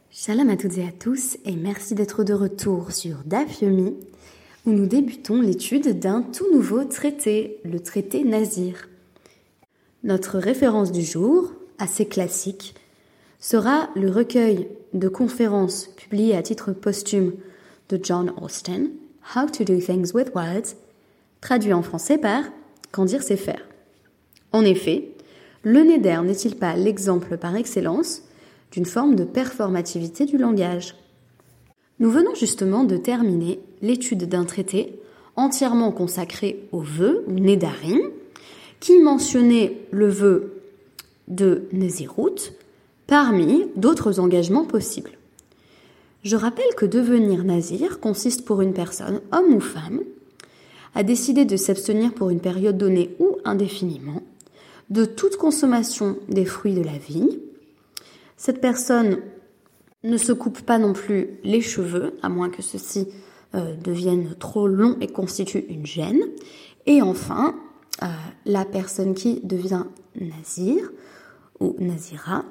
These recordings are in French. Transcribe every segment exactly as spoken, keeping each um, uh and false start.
Shalom à toutes et à tous et merci d'être de retour sur Daf Yomi où nous débutons l'étude d'un tout nouveau traité, le traité Nazir. Notre référence du jour, assez classique, sera le recueil de conférences publié à titre posthume de John Austin, How to do things with words, traduit en français par Qu'en dire c'est faire. En effet, le Neder n'est-il pas l'exemple par excellence d'une forme de performativité du langage? Nous venons justement de terminer l'étude d'un traité entièrement consacré aux vœux, ou Nedarim, qui mentionnait le vœu de Nézirut parmi d'autres engagements possibles. Je rappelle que devenir nazir consiste pour une personne, homme ou femme, à décider de s'abstenir pour une période donnée ou indéfiniment de toute consommation des fruits de la vigne. Cette personne ne se coupe pas non plus les cheveux, à moins que ceux-ci euh, deviennent trop longs et constituent une gêne. Et enfin, euh, la personne qui devient nazir ou nazira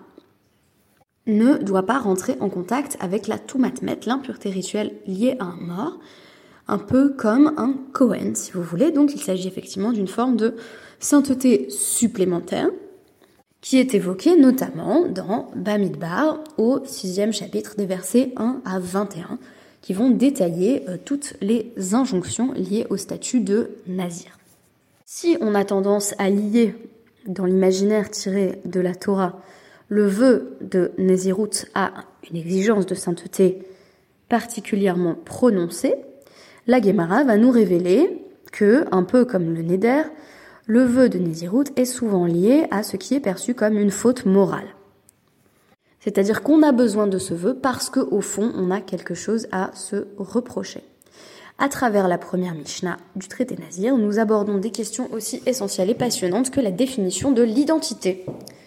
ne doit pas rentrer en contact avec la toumatmet, l'impureté rituelle liée à un mort, un peu comme un Kohen, si vous voulez. Donc il s'agit effectivement d'une forme de sainteté supplémentaire qui est évoquée notamment dans Bamidbar au sixième chapitre des versets un à vingt et un, qui vont détailler euh, toutes les injonctions liées au statut de nazir. Si on a tendance à lier dans l'imaginaire tiré de la Torah le vœu de Nézirut à une exigence de sainteté particulièrement prononcée, la Gemara va nous révéler que, un peu comme le Neder, le vœu de Nézirut est souvent lié à ce qui est perçu comme une faute morale. C'est-à-dire qu'on a besoin de ce vœu parce qu'au fond, on a quelque chose à se reprocher. À travers la première Mishnah du traité Nazir, nous abordons des questions aussi essentielles et passionnantes que la définition de l'identité.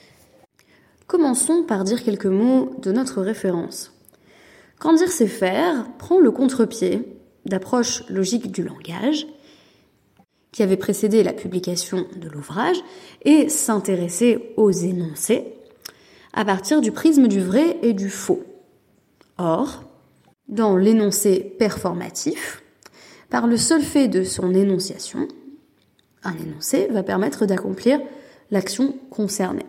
Commençons par dire quelques mots de notre référence. Qu'en dire c'est faire prend le contre-pied d'approche logique du langage qui avait précédé la publication de l'ouvrage et s'intéressait aux énoncés à partir du prisme du vrai et du faux. Or, dans l'énoncé performatif, par le seul fait de son énonciation, un énoncé va permettre d'accomplir l'action concernée.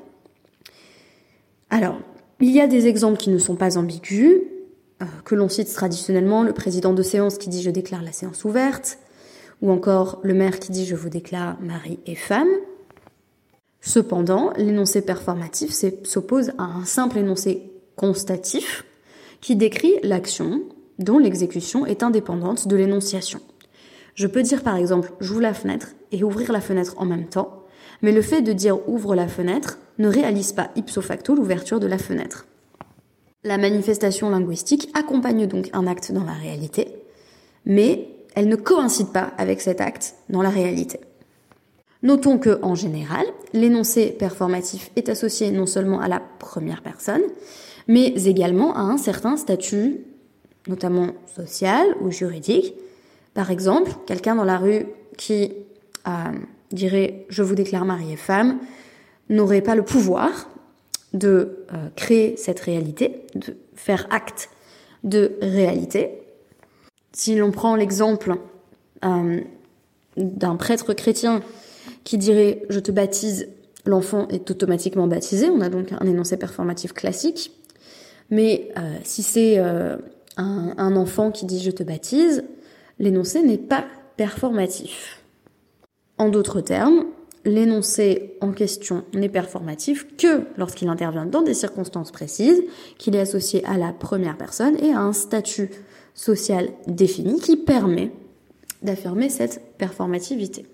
Alors, il y a des exemples qui ne sont pas ambigus, euh, que l'on cite traditionnellement, le président de séance qui dit « je déclare la séance ouverte », ou encore le maire qui dit « je vous déclare mari et femme ». Cependant, l'énoncé performatif s'oppose à un simple énoncé constatif qui décrit l'action dont l'exécution est indépendante de l'énonciation. Je peux dire par exemple « j'ouvre la fenêtre » et ouvrir la fenêtre en même temps, mais le fait de dire « ouvre la fenêtre » ne réalise pas ipso facto l'ouverture de la fenêtre. La manifestation linguistique accompagne donc un acte dans la réalité, mais elle ne coïncide pas avec cet acte dans la réalité. Notons que, en général, l'énoncé performatif est associé non seulement à la première personne, mais également à un certain statut, notamment social ou juridique. Par exemple, quelqu'un dans la rue qui euh, dirait « je vous déclare mari et femme » n'aurait pas le pouvoir de euh, créer cette réalité, de faire acte de réalité. Si l'on prend l'exemple euh, d'un prêtre chrétien qui dirait « je te baptise », l'enfant est automatiquement baptisé, on a donc un énoncé performatif classique. Mais euh, si c'est euh, un, un enfant qui dit « je te baptise », l'énoncé n'est pas performatif. En d'autres termes, l'énoncé en question n'est performatif que lorsqu'il intervient dans des circonstances précises, qu'il est associé à la première personne et à un statut social défini qui permet d'affirmer cette performativité.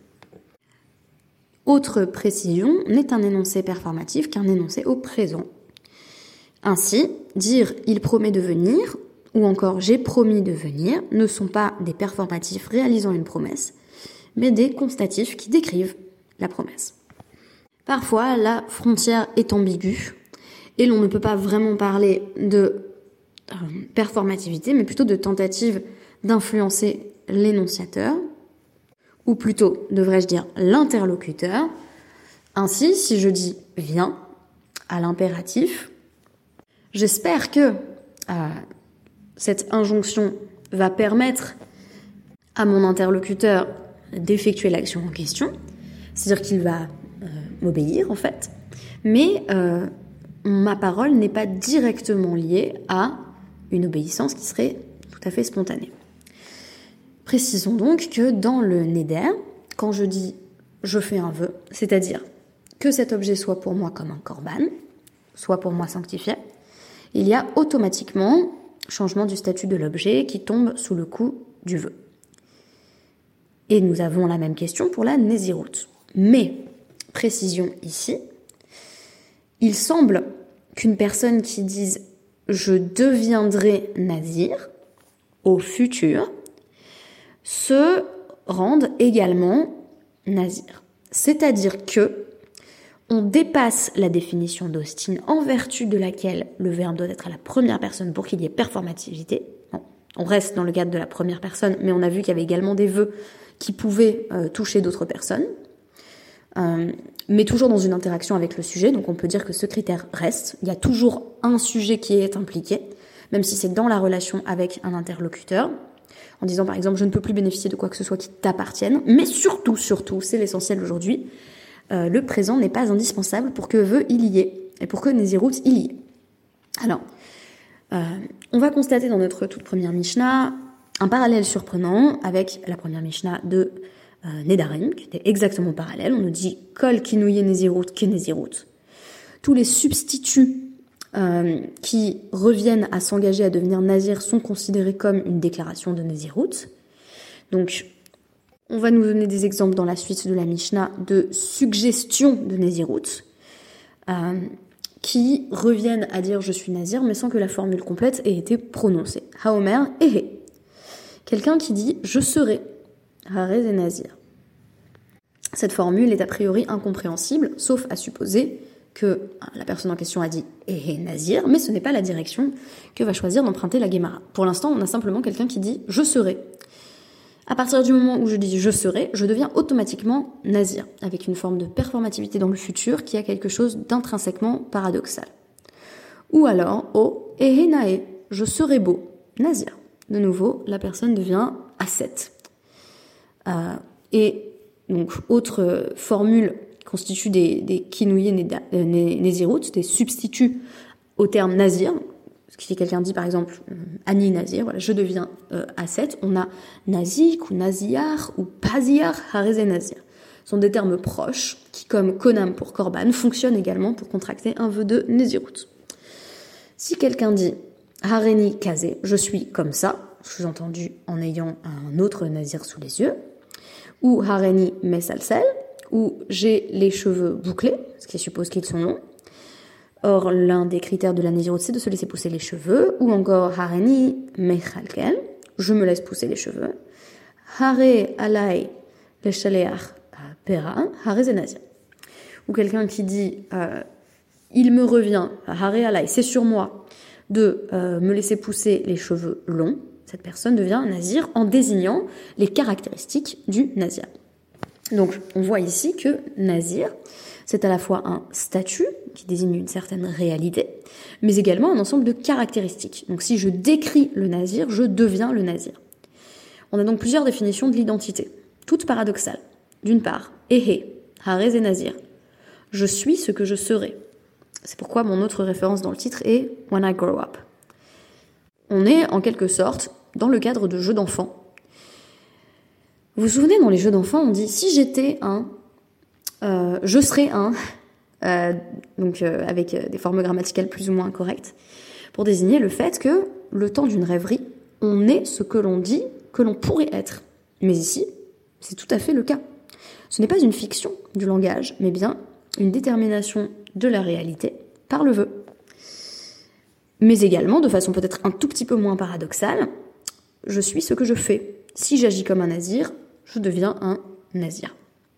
Autre précision, n'est un énoncé performatif qu'un énoncé au présent. Ainsi, dire « il promet de venir » ou encore « j'ai promis de venir » ne sont pas des performatifs réalisant une promesse, mais des constatifs qui décrivent la promesse. Parfois, la frontière est ambiguë et l'on ne peut pas vraiment parler de euh, performativité, mais plutôt de tentative d'influencer l'énonciateur, ou plutôt, devrais-je dire, l'interlocuteur. Ainsi, si je dis « viens » à l'impératif, j'espère que euh, cette injonction va permettre à mon interlocuteur d'effectuer l'action en question, c'est-à-dire qu'il va euh, m'obéir en fait, mais euh, ma parole n'est pas directement liée à une obéissance qui serait tout à fait spontanée. Précisons donc que dans le Neder, quand je dis « je fais un vœu », c'est-à-dire que cet objet soit pour moi comme un korban, soit pour moi sanctifié, il y a automatiquement changement du statut de l'objet qui tombe sous le coup du vœu. Et nous avons la même question pour la Nézirut. Mais, précision ici, il semble qu'une personne qui dise « je deviendrai nazir » au futur se rende également nazir. C'est-à-dire que on dépasse la définition d'Austin en vertu de laquelle le verbe doit être à la première personne pour qu'il y ait performativité. Bon, on reste dans le cadre de la première personne, mais on a vu qu'il y avait également des vœux qui pouvaient euh, toucher d'autres personnes, euh, mais toujours dans une interaction avec le sujet, donc on peut dire que ce critère reste. Il y a toujours un sujet qui est impliqué, même si c'est dans la relation avec un interlocuteur, en disant par exemple « je ne peux plus bénéficier de quoi que ce soit qui t'appartienne », mais surtout, surtout, c'est l'essentiel aujourd'hui, euh, le présent n'est pas indispensable pour que vœu il y ait, et pour que Nézirut il y ait. Alors, euh, on va constater dans notre toute première Mishnah un parallèle surprenant avec la première Mishnah de euh, Nedarim, qui était exactement parallèle. On nous dit « Kol kinouye Nézirut ke Nézirut ». Tous les substituts euh, qui reviennent à s'engager à devenir nazir sont considérés comme une déclaration de Nézirut. Donc, on va nous donner des exemples dans la suite de la Mishnah de suggestions de Nézirut euh, qui reviennent à dire « je suis nazir » mais sans que la formule complète ait été prononcée. « Haomer ehe ». Quelqu'un qui dit « je serai » Harez et nazir. Cette formule est a priori incompréhensible, sauf à supposer que la personne en question a dit « ehe nazir », mais ce n'est pas la direction que va choisir d'emprunter la Gemara. Pour l'instant, on a simplement quelqu'un qui dit « je serai ». À partir du moment où je dis « je serai », je deviens automatiquement nazir, avec une forme de performativité dans le futur qui a quelque chose d'intrinsèquement paradoxal. Ou alors « o ehe nae », je serai beau, nazir. De nouveau, la personne devient ascète. Euh, et donc, autre formule qui constitue des, des kinouye Nézirut, des substituts au terme nazir. Si quelqu'un dit par exemple « ani nazir », voilà, je deviens euh, ascète, on a nazik ou naziar ou paziar, harez et nazir. Ce sont des termes proches qui, comme konam pour korban, fonctionnent également pour contracter un vœu de Nézirut. Si quelqu'un dit Hareni kazé, je suis comme ça, sous-entendu en ayant un autre nazir sous les yeux, ou Hareni mesalsel, où j'ai les cheveux bouclés, ce qui suppose qu'ils sont longs. Or, l'un des critères de la Nézirut, c'est de se laisser pousser les cheveux, ou encore Hareni mechalkel, je me laisse pousser les cheveux. Hare alai leshaleach pera, harez et nazir. Ou quelqu'un qui dit euh, il me revient, Hare alai, c'est sur moi, de euh, me laisser pousser les cheveux longs, cette personne devient nazir en désignant les caractéristiques du nazir. Donc, on voit ici que nazir, c'est à la fois un statut qui désigne une certaine réalité, mais également un ensemble de caractéristiques. Donc, si je décris le nazir, je deviens le nazir. On a donc plusieurs définitions de l'identité, toutes paradoxales. D'une part, ehe, harez et nazir. Je suis ce que je serai. C'est pourquoi mon autre référence dans le titre est « When I grow up ». On est, en quelque sorte, dans le cadre de jeux d'enfants. Vous vous souvenez, dans les jeux d'enfants, on dit « si j'étais un, euh, je serais un euh, », donc euh, avec euh, des formes grammaticales plus ou moins correctes, pour désigner le fait que, le temps d'une rêverie, on est ce que l'on dit que l'on pourrait être. Mais ici, c'est tout à fait le cas. Ce n'est pas une fiction du langage, mais bien une détermination de la réalité par le vœu. Mais également, de façon peut-être un tout petit peu moins paradoxale, je suis ce que je fais. Si j'agis comme un nazir, je deviens un nazir.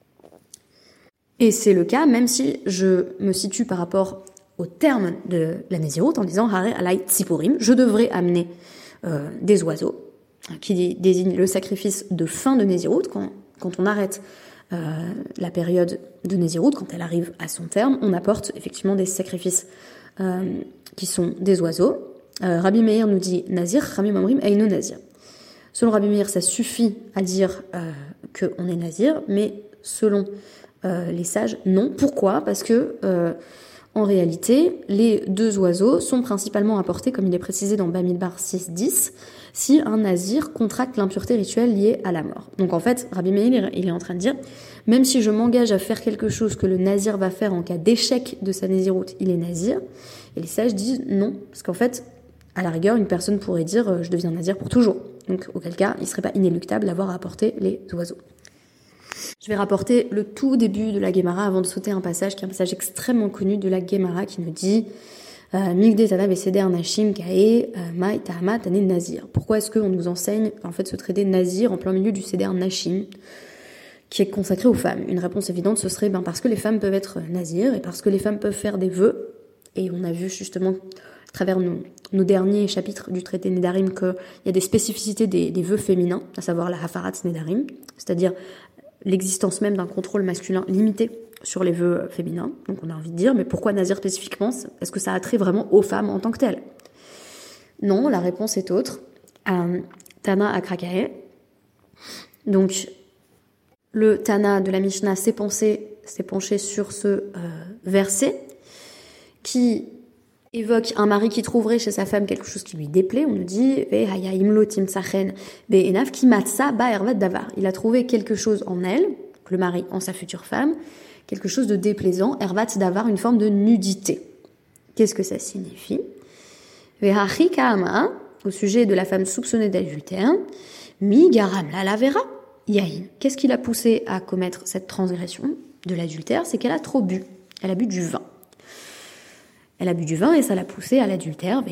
Et c'est le cas même si je me situe par rapport au terme de la Nézirut en disant « Hare alai tzipurim », je devrais amener euh, des oiseaux, qui désigne le sacrifice de fin de Nézirut, quand, quand on arrête euh, la période de Nézirut, quand elle arrive à son terme, on apporte effectivement des sacrifices euh, qui sont des oiseaux. euh, Rabbi Meir nous dit Nazir, Rabbi Mamrim Eino Nazir. Selon Rabbi Meir, ça suffit à dire euh, qu'on est Nazir, mais selon euh, les sages, non. Pourquoi ? Parce que euh, en réalité, les deux oiseaux sont principalement apportés, comme il est précisé dans Bamidbar six dix, si un nazir contracte l'impureté rituelle liée à la mort. Donc en fait, Rabbi Meir, il est en train de dire, même si je m'engage à faire quelque chose que le nazir va faire en cas d'échec de sa naziroute, il est nazir. Et les sages disent non, parce qu'en fait, à la rigueur, une personne pourrait dire euh, je deviens nazir pour toujours. Donc auquel cas, il ne serait pas inéluctable d'avoir à apporter les oiseaux. Je vais rapporter le tout début de la Gemara avant de sauter un passage qui est un passage extrêmement connu de la Gemara qui nous dit Migde Tana Veseder Nashim Kae Mai Tahama Tane Nazir. Pourquoi est-ce qu'on nous enseigne en fait ce traité Nazir en plein milieu du Seder Nashim qui est consacré aux femmes? Une réponse évidente, ce serait ben, parce que les femmes peuvent être nazir et parce que les femmes peuvent faire des vœux. Et on a vu justement à travers nos, nos derniers chapitres du traité Nedarim qu'il y a des spécificités des, des vœux féminins, à savoir la Hafarat Nedarim, c'est-à-dire l'existence même d'un contrôle masculin limité sur les vœux féminins. Donc on a envie de dire, mais pourquoi nazir spécifiquement? Est-ce que ça a trait vraiment aux femmes en tant que telles? Non, la réponse est autre. Euh, Tana Akrakae. Donc le Tana de la Mishnah s'est pensé, s'est penché sur ce euh, verset qui évoque un mari qui trouverait chez sa femme quelque chose qui lui déplaît. On nous dit il a trouvé quelque chose en elle, le mari en sa future femme, quelque chose de déplaisant, ervat davar, une forme de nudité. Qu'est-ce que ça signifie? Au sujet de la femme soupçonnée d'adultère, mi garam la lavera yain. Qu'est-ce qui l'a poussée à commettre cette transgression de l'adultère? C'est qu'elle a trop bu. Elle a bu du vin. Elle a bu du vin et ça l'a poussée à l'adultère.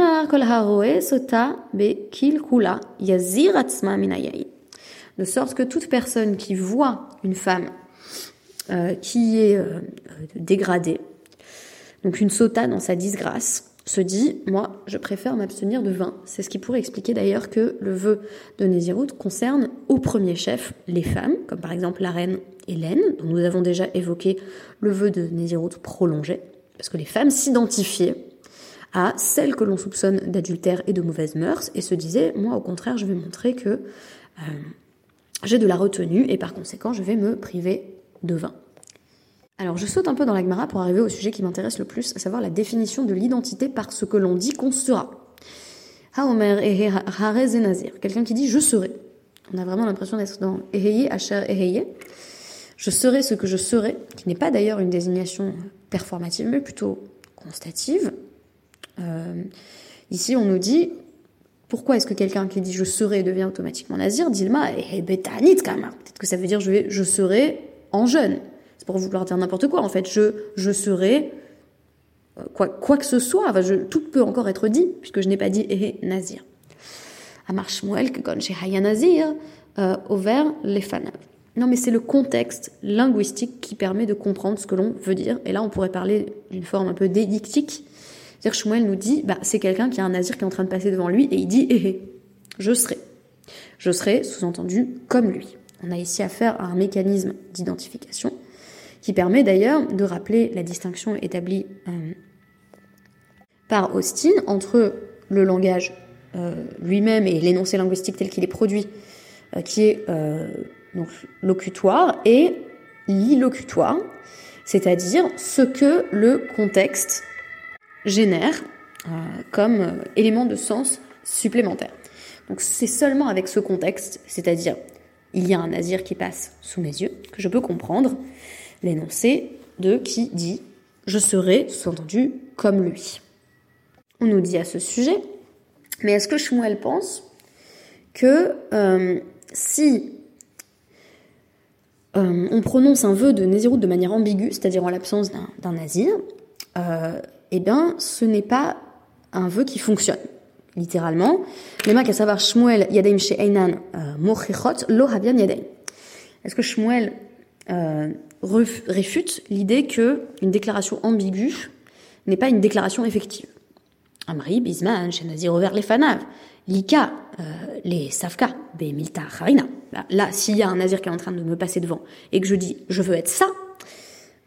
De sorte que toute personne qui voit une femme euh, qui est euh, dégradée, donc une sota dans sa disgrâce, se dit, moi, je préfère m'abstenir de vin. C'est ce qui pourrait expliquer d'ailleurs que le vœu de Nézirut concerne au premier chef les femmes, comme par exemple la reine Hélène, dont nous avons déjà évoqué le vœu de Nézirut prolongé. Parce que les femmes s'identifiaient à celles que l'on soupçonne d'adultère et de mauvaises mœurs et se disaient, moi au contraire, je vais montrer que euh, j'ai de la retenue et par conséquent, je vais me priver de vin. Alors je saute un peu dans la Gemara pour arriver au sujet qui m'intéresse le plus, à savoir la définition de l'identité par ce que l'on dit qu'on sera. Haomer ehe hare zenazir, quelqu'un qui dit je serai. On a vraiment l'impression d'être dans eheye asher eheye. Je serai ce que je serai, qui n'est pas d'ailleurs une désignation performative, mais plutôt constative. Euh, ici, on nous dit, pourquoi est-ce que quelqu'un qui dit « je serai » devient automatiquement nazir? Dilma, et betanit kama. Peut-être que ça veut dire je, vais, « je serai en jeûne ». C'est pour vouloir dire n'importe quoi, en fait. Je, je serai quoi, quoi que ce soit. Enfin, je, tout peut encore être dit, puisque je n'ai pas dit « eh nazir ». Amar Shmuel, que gon shehaya nazir, over lefanav. Non, mais c'est le contexte linguistique qui permet de comprendre ce que l'on veut dire. Et là, on pourrait parler d'une forme un peu dédictique. C'est-à-dire que Shmuel nous dit, bah, c'est quelqu'un qui a un nazir qui est en train de passer devant lui et il dit, eh, eh, je serai. Je serai, sous-entendu, comme lui. On a ici affaire à un mécanisme d'identification qui permet d'ailleurs de rappeler la distinction établie euh, par Austin entre le langage euh, lui-même et l'énoncé linguistique tel qu'il est produit, euh, qui est... Euh, donc locutoire, et l'illocutoire, c'est-à-dire ce que le contexte génère euh, comme euh, élément de sens supplémentaire. Donc c'est seulement avec ce contexte, c'est-à-dire il y a un nazir qui passe sous mes yeux, que je peux comprendre l'énoncé de qui dit « je serai, sous-entendu, comme lui ». On nous dit à ce sujet, mais est-ce que Shmuel pense que euh, si Euh, on prononce un vœu de Nézirut de manière ambiguë, c'est-à-dire en l'absence d'un, d'un nazir, euh, eh bien, ce n'est pas un vœu qui fonctionne. Littéralement, les mains qu'à savoir Shmuel Yadaim She'einan Mochechot Lo Habian Yadaim. Est-ce que Shmuel euh, ref, réfute l'idée que une déclaration ambiguë n'est pas une déclaration effective? Amri Bisman Shenazir Over Lefanav Lika euh, les Savka Be Milta Harina. Là, s'il y a un nazir qui est en train de me passer devant et que je dis « je veux être ça euh, »,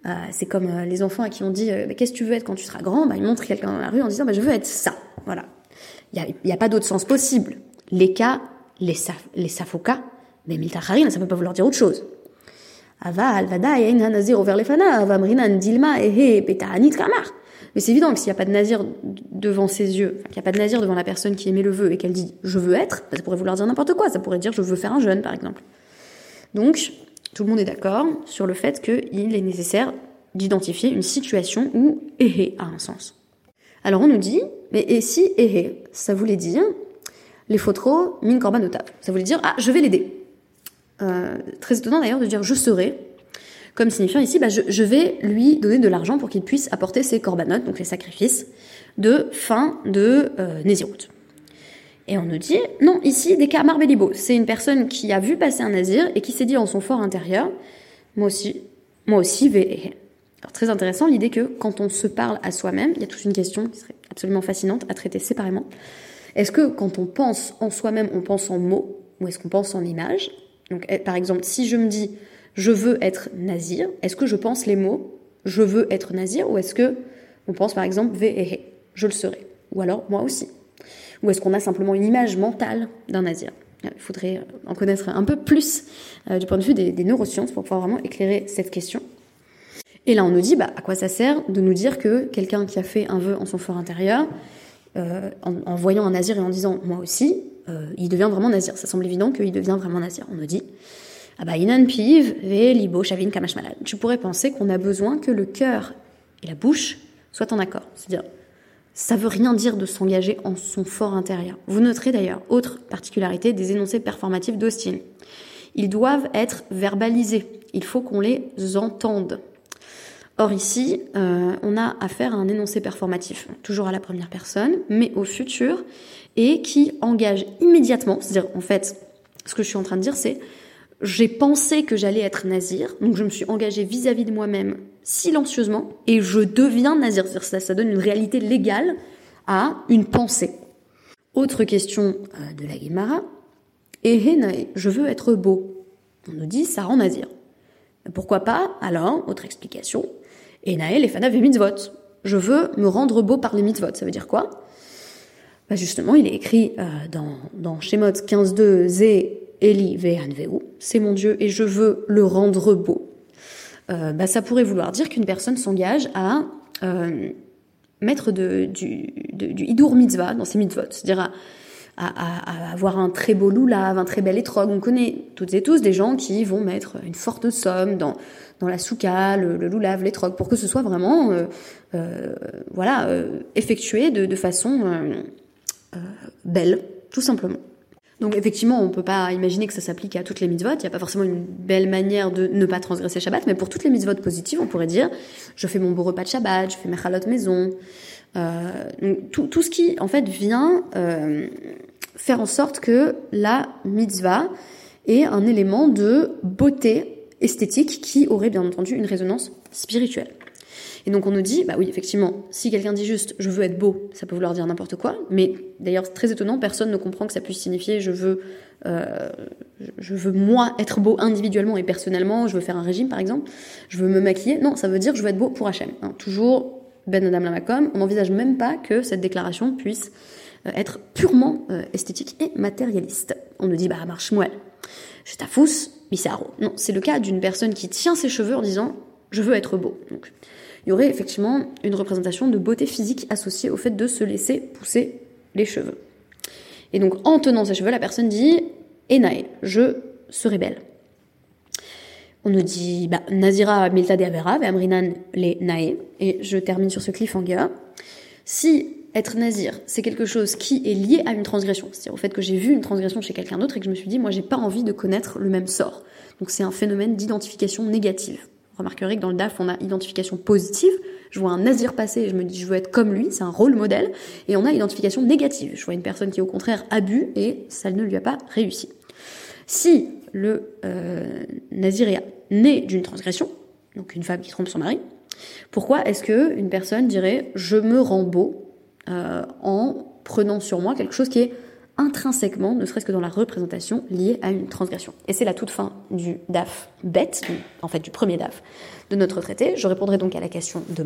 c'est comme euh, les enfants à qui on dit euh, « qu'est-ce que tu veux être quand tu seras grand ?» Bah, ils montrent quelqu'un dans la rue en disant bah, « je veux être ça ». Voilà. Il n'y a, a pas d'autre sens possible. Les cas, les, saf, les safoka, mais miltacharin, ça ne peut pas vouloir dire autre chose. Aval, vada, yein nazir over lefana, vamrinan dilma, ehe, peta'anit kamar. Mais c'est évident que s'il n'y a pas de nazir devant ses yeux, qu'il n'y a pas de nazir devant la personne qui émet le vœu et qu'elle dit « je veux être », ça pourrait vouloir dire n'importe quoi, ça pourrait dire « je veux faire un jeûne » par exemple. Donc, tout le monde est d'accord sur le fait qu'il est nécessaire d'identifier une situation où « ehe » a un sens. Alors on nous dit « mais et si « ehe », ça voulait dire « les fotro min korbanotav », ça voulait dire « ah, je vais l'aider euh, ». Très étonnant d'ailleurs de dire « je serai », comme signifiant ici, bah, je, je vais lui donner de l'argent pour qu'il puisse apporter ses corbanotes, donc les sacrifices, de fin de euh, Nézirut. Et on nous dit, non, ici, des cas marbelibo, c'est une personne qui a vu passer un nazir et qui s'est dit en son fort intérieur, moi aussi, moi aussi, vais. Alors très intéressant l'idée que quand on se parle à soi-même, il y a toute une question qui serait absolument fascinante à traiter séparément. Est-ce que quand on pense en soi-même, on pense en mots, ou est-ce qu'on pense en images? Donc par exemple, si je me dis je veux être nazir, est-ce que je pense les mots je veux être nazir, ou est-ce que on pense par exemple ve'ehe, je le serai, ou alors moi aussi, ou est-ce qu'on a simplement une image mentale d'un nazir? Il faudrait en connaître un peu plus euh, du point de vue des, des neurosciences pour pouvoir vraiment éclairer cette question. Et là on nous dit bah, à quoi ça sert de nous dire que quelqu'un qui a fait un vœu en son fort intérieur, euh, en, en voyant un nazir et en disant moi aussi, euh, il devient vraiment nazir. Ça semble évident qu'il devient vraiment nazir. On nous dit ah bah inan piv ve libo shavin kamash malad. Tu pourrais penser qu'on a besoin que le cœur et la bouche soient en accord. C'est-à-dire, ça veut rien dire de s'engager en son fort intérieur. Vous noterez d'ailleurs, autre particularité des énoncés performatifs d'Austin. Ils doivent être verbalisés. Il faut qu'on les entende. Or ici, euh, on a affaire à un énoncé performatif, toujours à la première personne, mais au futur, et qui engage immédiatement, c'est-à-dire en fait, ce que je suis en train de dire, c'est j'ai pensé que j'allais être nazir, donc je me suis engagée vis-à-vis de moi-même silencieusement, et je deviens nazir. C'est-à-dire ça, ça donne une réalité légale à une pensée. Autre question euh, de la Guémara, Ehenae, je veux être beau. On nous dit, ça rend nazir. Pourquoi pas? Alors, autre explication, Ehenae lefana ve mitzvot. Je veux me rendre beau par les mitzvot. Ça veut dire quoi? Bah justement, il est écrit euh, dans, dans Shemot quinze deux, Zé Eli ve'anveu, c'est mon Dieu et je veux le rendre beau. Euh, bah, ça pourrait vouloir dire qu'une personne s'engage à euh, mettre de, du, de, du hidur mitzvah dans ses mitzvot, c'est-à-dire à, à, à avoir un très beau loulav, un très bel étrog. On connaît toutes et tous des gens qui vont mettre une forte somme dans, dans la souka, le, le loulav, l'étrog, pour que ce soit vraiment euh, euh, voilà, euh, effectué de, de façon euh, euh, belle, tout simplement. Donc effectivement, on ne peut pas imaginer que ça s'applique à toutes les mitzvot, il n'y a pas forcément une belle manière de ne pas transgresser Shabbat, mais pour toutes les mitzvot positives, on pourrait dire, je fais mon beau repas de Shabbat, je fais mes chalot maison, euh, donc tout, tout ce qui en fait vient euh, faire en sorte que la mitzvah est un élément de beauté esthétique qui aurait bien entendu une résonance spirituelle. Et donc on nous dit, bah oui, effectivement, si quelqu'un dit juste « je veux être beau », ça peut vouloir dire n'importe quoi, mais d'ailleurs, c'est très étonnant, personne ne comprend que ça puisse signifier « je veux euh, je veux moi être beau individuellement et personnellement, je veux faire un régime par exemple, je veux me maquiller ». Non, ça veut dire « je veux être beau pour Hachem hein, ». Toujours Ben Adam Lamakom, on n'envisage même pas que cette déclaration puisse euh, être purement euh, esthétique et matérialiste. On nous dit « bah marche Shmuel, je t'affousse, bisaro ». Non, c'est le cas d'une personne qui tient ses cheveux en disant « je veux être beau ». Donc, il y aurait effectivement une représentation de beauté physique associée au fait de se laisser pousser les cheveux. Et donc, en tenant ses cheveux, la personne dit « Enae, je serai belle ». On nous dit bah, « Nazira milta de avera, ve'amrinan le nae ». Et je termine sur ce cliffhanger. Si être nazir, c'est quelque chose qui est lié à une transgression, c'est-à-dire au fait que j'ai vu une transgression chez quelqu'un d'autre et que je me suis dit « Moi, j'ai pas envie de connaître le même sort ». Donc, c'est un phénomène d'identification négative. Vous remarquerez que dans le D A F, on a identification positive. Je vois un nazir passer et je me dis je veux être comme lui, c'est un rôle modèle. Et on a identification négative. Je vois une personne qui au contraire a bu et ça ne lui a pas réussi. Si le euh, nazir est né d'une transgression, donc une femme qui trompe son mari, pourquoi est-ce que une personne dirait je me rends beau euh, en prenant sur moi quelque chose qui est intrinsèquement, ne serait-ce que dans la représentation liée à une transgression. Et c'est la toute fin du D A F bête, en fait du premier D A F de notre traité. Je répondrai donc à la question demain.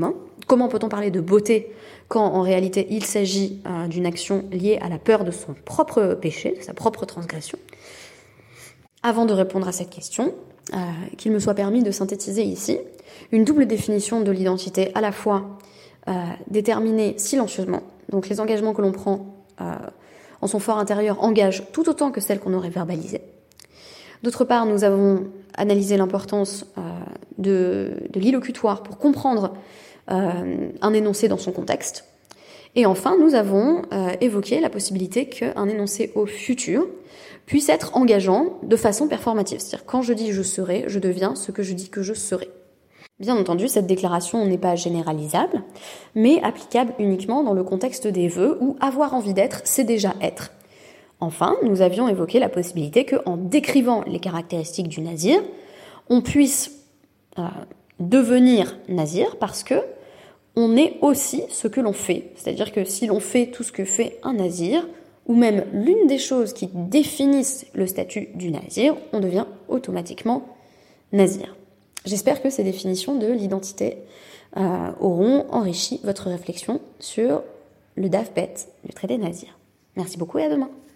comment peut-on parler de beauté quand en réalité il s'agit euh, d'une action liée à la peur de son propre péché, de sa propre transgression? Avant de répondre à cette question, euh, qu'il me soit permis de synthétiser ici une double définition de l'identité, à la fois euh, déterminée silencieusement, donc les engagements que l'on prend euh, en son fort intérieur engagent tout autant que celles qu'on aurait verbalisées. D'autre part, nous avons analysé l'importance euh, de, de l'illocutoire pour comprendre euh, un énoncé dans son contexte. Et enfin, nous avons euh, évoqué la possibilité qu'un énoncé au futur puisse être engageant de façon performative. C'est-à-dire, quand je dis « je serai », je deviens ce que je dis que je serai. Bien entendu, cette déclaration n'est pas généralisable, mais applicable uniquement dans le contexte des vœux où avoir envie d'être, c'est déjà être. Enfin, nous avions évoqué la possibilité qu'en décrivant les caractéristiques du nazir, on puisse euh, devenir nazir parce que on est aussi ce que l'on fait. C'est-à-dire que si l'on fait tout ce que fait un nazir, ou même l'une des choses qui définissent le statut du nazir, on devient automatiquement nazir. J'espère que ces définitions de l'identité euh, auront enrichi votre réflexion sur le D A F P E T, le traité nazir. Merci beaucoup et à demain.